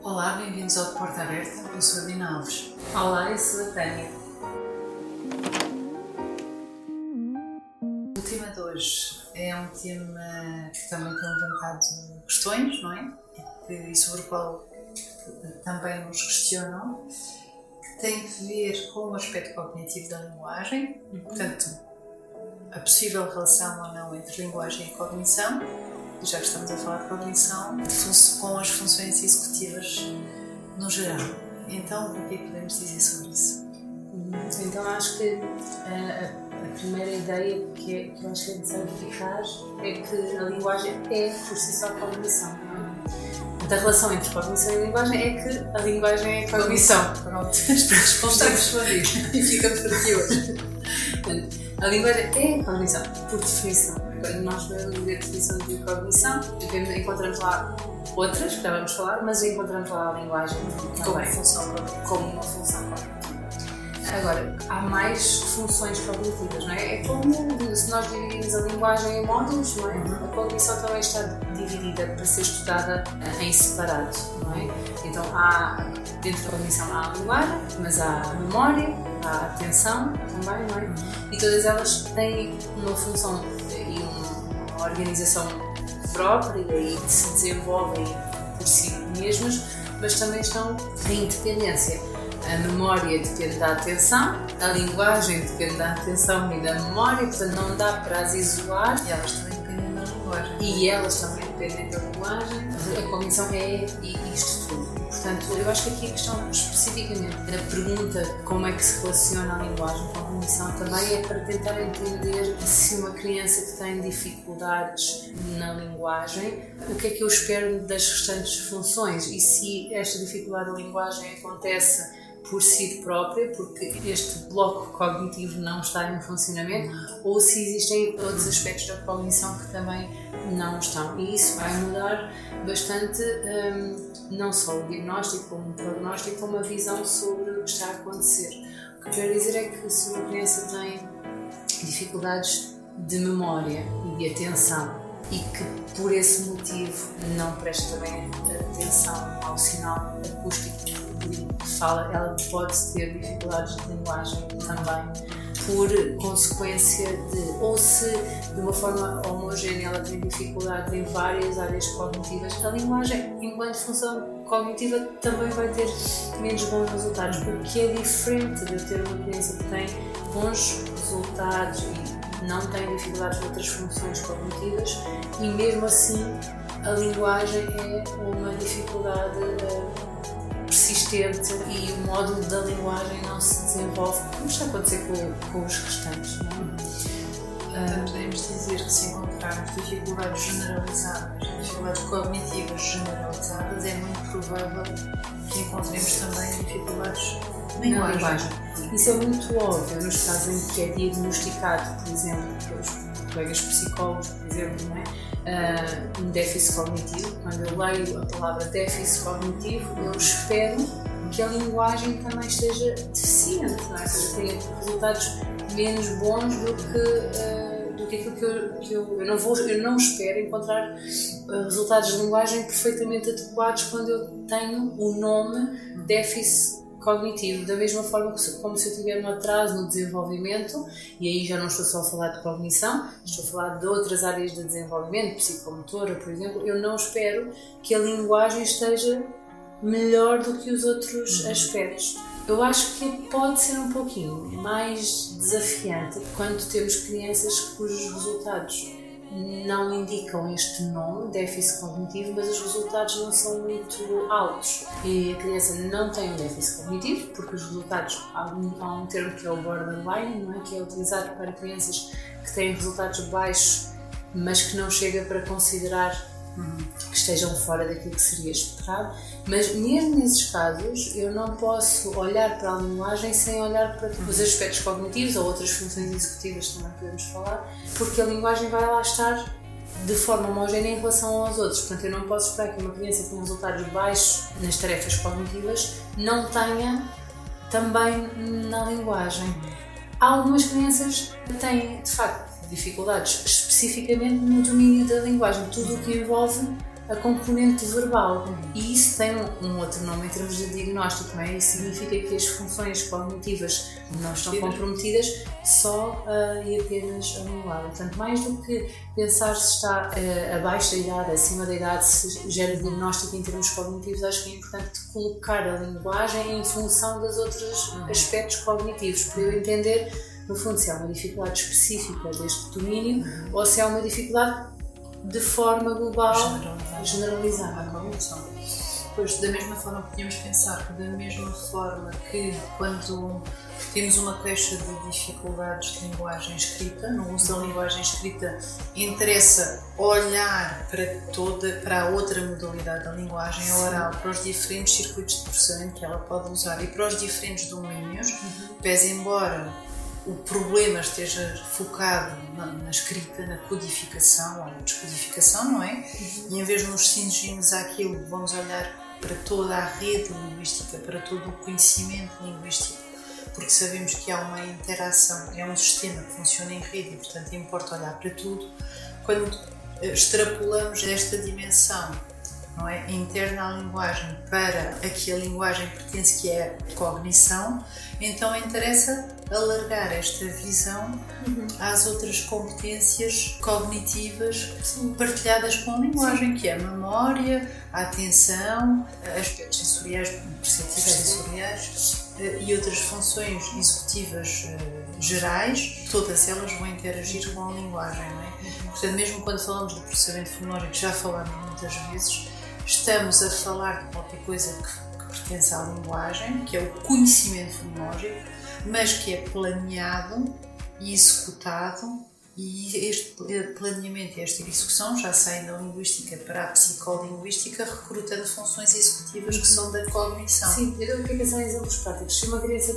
Olá, bem-vindos ao Porta Aberta. Eu sou a Dina Alves. Olá, eu sou a Tânia. O tema de hoje é um tema que também tem levantado questões, não é? E sobre o qual também nos questionam, que tem a ver com o aspecto cognitivo da linguagem, e, portanto, a possível relação ou não entre linguagem e cognição. Já que estamos a falar de cognição, com as funções executivas no geral. Então, o que é que podemos dizer sobre isso? Então, acho que a primeira ideia que eu acho que é necessário ficar é que a linguagem é, por si só, cognição. A relação entre cognição e linguagem é que a linguagem é cognição. Pronto, está respondido. E ficamos por aqui hoje. A linguagem é cognição, por definição. Quando nós vamos ver a definição de cognição, encontramos lá outras, que já vamos falar, mas encontramos lá a linguagem como uma função cognitiva. Agora, há mais funções cognitivas, não é? É como se nós dividirmos a linguagem em módulos, não é? A cognição também está dividida para ser estudada em separado, não é? Então, dentro da cognição há a linguagem, mas há a memória, há a atenção também, não é? E todas elas têm uma função e uma organização própria e se desenvolvem por si mesmas, mas também estão em independência. A memória depende da atenção, a linguagem depende da atenção e da memória, portanto não dá para as isolar. E elas também dependem da linguagem. E elas também dependem da linguagem. A cognição é isto tudo. Portanto, eu acho que aqui a questão especificamente da pergunta como é que se relaciona a linguagem com a cognição também é para tentar entender se uma criança que tem dificuldades na linguagem, o que é que eu espero das restantes funções e se esta dificuldade da linguagem acontece por si própria, porque este bloco cognitivo não está em funcionamento, ou se existem outros aspectos da cognição que também não estão. E isso vai mudar bastante não só o diagnóstico, como o prognóstico, como a visão sobre o que está a acontecer. O que eu quero dizer é que se uma criança tem dificuldades de memória e de atenção e que por esse motivo não presta bem atenção ao sinal acústico que fala, ela pode ter dificuldades de linguagem também por consequência ou se de uma forma homogénea ela tem dificuldade em várias áreas cognitivas, a linguagem enquanto função cognitiva também vai ter menos bons resultados, o que é diferente de ter uma criança que tem bons resultados e não tem dificuldades em outras funções cognitivas e mesmo assim a linguagem é uma dificuldade persistente e o módulo da linguagem não se desenvolve, como está a acontecer com os restantes, não é? Portanto, podemos dizer que se encontrarmos dificuldades generalizadas, dificuldades cognitivas generalizadas, é muito provável que encontremos também dificuldades na linguagem. Isso é muito óbvio nos casos em que é diagnosticado, por exemplo, pelos colegas psicólogos, por exemplo, não é? Um déficit cognitivo. Quando eu leio a palavra déficit cognitivo, eu espero que a linguagem também esteja deficiente, não é? Ou seja, tenha resultados menos bons do que aquilo que eu não espero encontrar resultados de linguagem perfeitamente adequados quando eu tenho o nome déficit cognitivo, da mesma forma como se eu tiver um atraso no desenvolvimento, e aí já não estou só a falar de cognição, estou a falar de outras áreas de desenvolvimento, psicomotora, por exemplo, eu não espero que a linguagem esteja melhor do que os outros aspectos. Eu acho que pode ser um pouquinho mais desafiante quando temos crianças cujos resultados não indicam este nome, déficit cognitivo, mas os resultados não são muito altos. E a criança não tem um déficit cognitivo, porque os resultados, há um termo que é o borderline, não é? Que é utilizado para crianças que têm resultados baixos, mas que não chega para considerar que estejam fora daquilo que seria esperado. Mas mesmo nesses casos, eu não posso olhar para a linguagem sem olhar para os aspectos cognitivos ou outras funções executivas também podemos falar, porque a linguagem vai lá estar de forma homogénea em relação aos outros. Portanto, eu não posso esperar que uma criança que tenha resultados baixos nas tarefas cognitivas não tenha também na linguagem. Há algumas crianças que têm, de facto, dificuldades especificamente no domínio da linguagem, tudo o que envolve a componente verbal. E isso tem um outro nome em termos de diagnóstico, não é? Isso significa que as funções cognitivas não estão comprometidas só e apenas anuladas. Portanto, mais do que pensar se está abaixo da idade, acima da idade, se gera diagnóstico em termos cognitivos, acho que é importante colocar a linguagem em função dos outros aspectos cognitivos, para eu entender, no fundo, se há uma dificuldade específica deste domínio ou se há uma dificuldade de forma global, generalizada. A cognição. Pois, da mesma forma, podíamos pensar que, da mesma forma que quando temos uma queixa de dificuldades de linguagem escrita, no uso da linguagem escrita, interessa olhar para a outra modalidade da linguagem oral, para os diferentes circuitos de processamento que ela pode usar e para os diferentes domínios, pese embora o problema esteja focado na escrita, na codificação ou na descodificação, não é? E em vez de nos cingirmos àquilo, vamos olhar para toda a rede linguística, para todo o conhecimento linguístico, porque sabemos que há uma interação, é um sistema que funciona em rede e, portanto, importa olhar para tudo. Quando extrapolamos esta dimensão, não é, interna à linguagem para a que a linguagem pertence, que é a cognição, então interessa alargar esta visão às outras competências cognitivas partilhadas com a linguagem, que é a memória, a atenção, aspectos sensoriais, perceptivos sensoriais e outras funções executivas gerais, todas elas vão interagir com a linguagem, não é? Portanto, mesmo quando falamos de processamento fonológico, já falamos muitas vezes, estamos a falar de qualquer coisa que pertence à linguagem, que é o conhecimento fonológico, mas que é planeado e executado, e este planeamento e esta execução já saem da linguística para a psicolinguística, recrutando funções executivas que são da cognição. Sim, eu quero pensar em exemplos práticos. Se uma criança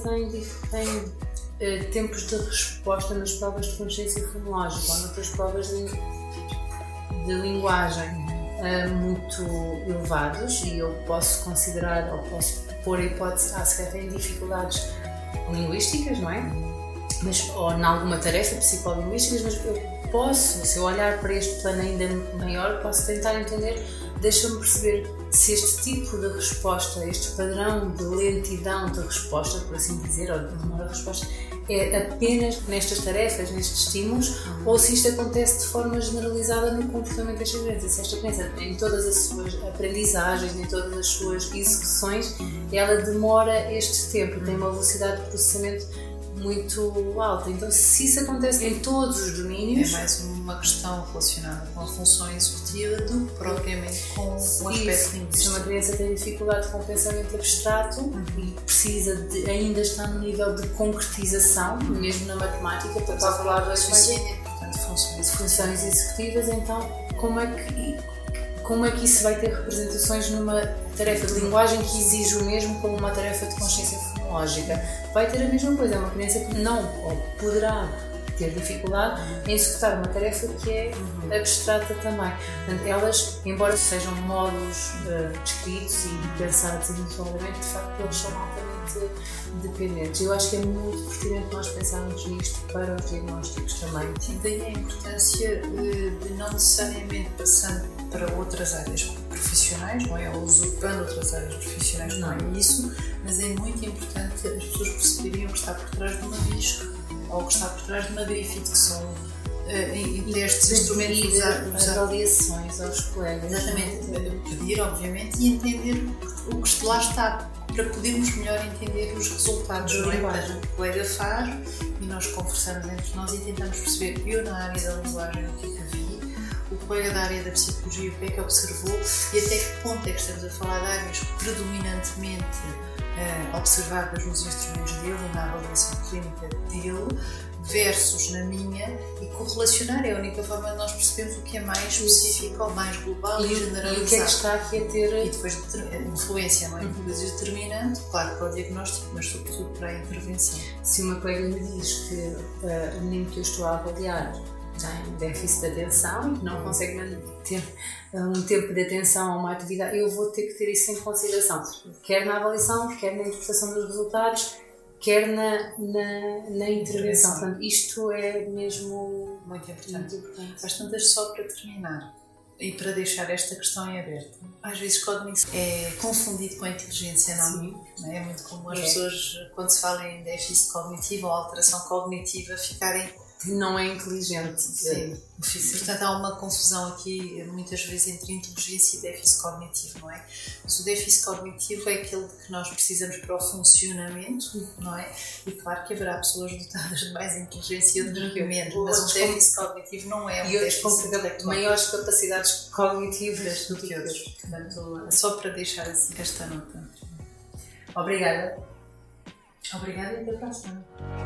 tem tempos de resposta nas provas de consciência fonológica ou noutras provas de linguagem muito elevados, e eu posso considerar, ou posso pôr a hipótese, se calhar tem dificuldades linguísticas, não é? Ou em alguma tarefa psicolinguística, mas eu posso, se eu olhar para este plano ainda maior, posso tentar entender, deixa-me perceber se este tipo de resposta, este padrão de lentidão de resposta, por assim dizer, ou de demora de resposta, é apenas nestas tarefas, nestes estímulos, ou se isto acontece de forma generalizada no comportamento desta criança. Se esta criança, em todas as suas aprendizagens, em todas as suas execuções, ela demora este tempo, tem uma velocidade de processamento muito alta. Então, se isso acontece em todos os domínios... É mais uma questão relacionada com a função executiva do que propriamente com o aspecto linguístico. Se uma criança tem dificuldade com o pensamento abstrato e precisa de ainda estar no nível de concretização, mesmo na matemática, para falar das funções executivas, então como é que isso vai ter representações numa tarefa de linguagem que exige o mesmo como uma tarefa de consciência fonológica? Vai ter a mesma coisa, é uma criança que não, ou poderá ter dificuldade em executar uma tarefa que é abstrata também. Portanto, elas, embora sejam módulos descritos e pensados individualmente, de facto eles são altamente dependentes. Eu acho que é muito pertinente nós pensarmos nisto para os diagnósticos também. Sim, daí a importância de não necessariamente passando para outras áreas profissionais, não é? Ou usurpando outras áreas profissionais, não é isso, mas é muito importante as pessoas perceberem o que está por trás de uma BISC ou o que está por trás de uma BRIFIT, que são testes, instrumentos as avaliações aos colegas. Exatamente, pedir, obviamente, e entender o que lá está, para podermos melhor entender os resultados, não é? Portanto, o colega faz e nós conversamos entre nós e tentamos perceber, eu na área da linguagem, o que é que vi, o colega da área da psicologia, o que é que observou e até que ponto é que estamos a falar de áreas predominantemente observadas nos instrumentos dele e na avaliação clínica dele versus na minha, e correlacionar é a única forma de nós percebermos o que é mais específico ou mais global e generalizado. E o que é que está aqui a ter... E depois influência, não é? Depois determinante, claro, para o diagnóstico, mas sobretudo para a intervenção. Se uma colega me diz que o menino que eu estou a avaliar tem déficit de atenção e que não consegue manter um tempo de atenção a uma atividade, eu vou ter que ter isso em consideração, quer na avaliação, quer na interpretação dos resultados, quer na intervenção. Portanto, isto é mesmo muito importante. Às tantas, só para terminar, e para deixar esta questão em aberto, às vezes cognição é confundido com inteligência, não? Sim. É muito comum as pessoas, quando se fala em déficit cognitivo ou alteração cognitiva, ficarem... Não é inteligente. Sim. Portanto, há uma confusão aqui, muitas vezes, entre inteligência e déficit cognitivo, não é? Mas o déficit cognitivo é aquele que nós precisamos para o funcionamento, não é? E claro que haverá pessoas dotadas de mais inteligência e outras que menos, mas o déficit cognitivo não é um déficit com maiores capacidades cognitivas do que outros. Portanto, só para deixar assim esta nota. Obrigada. Obrigada e até a próxima.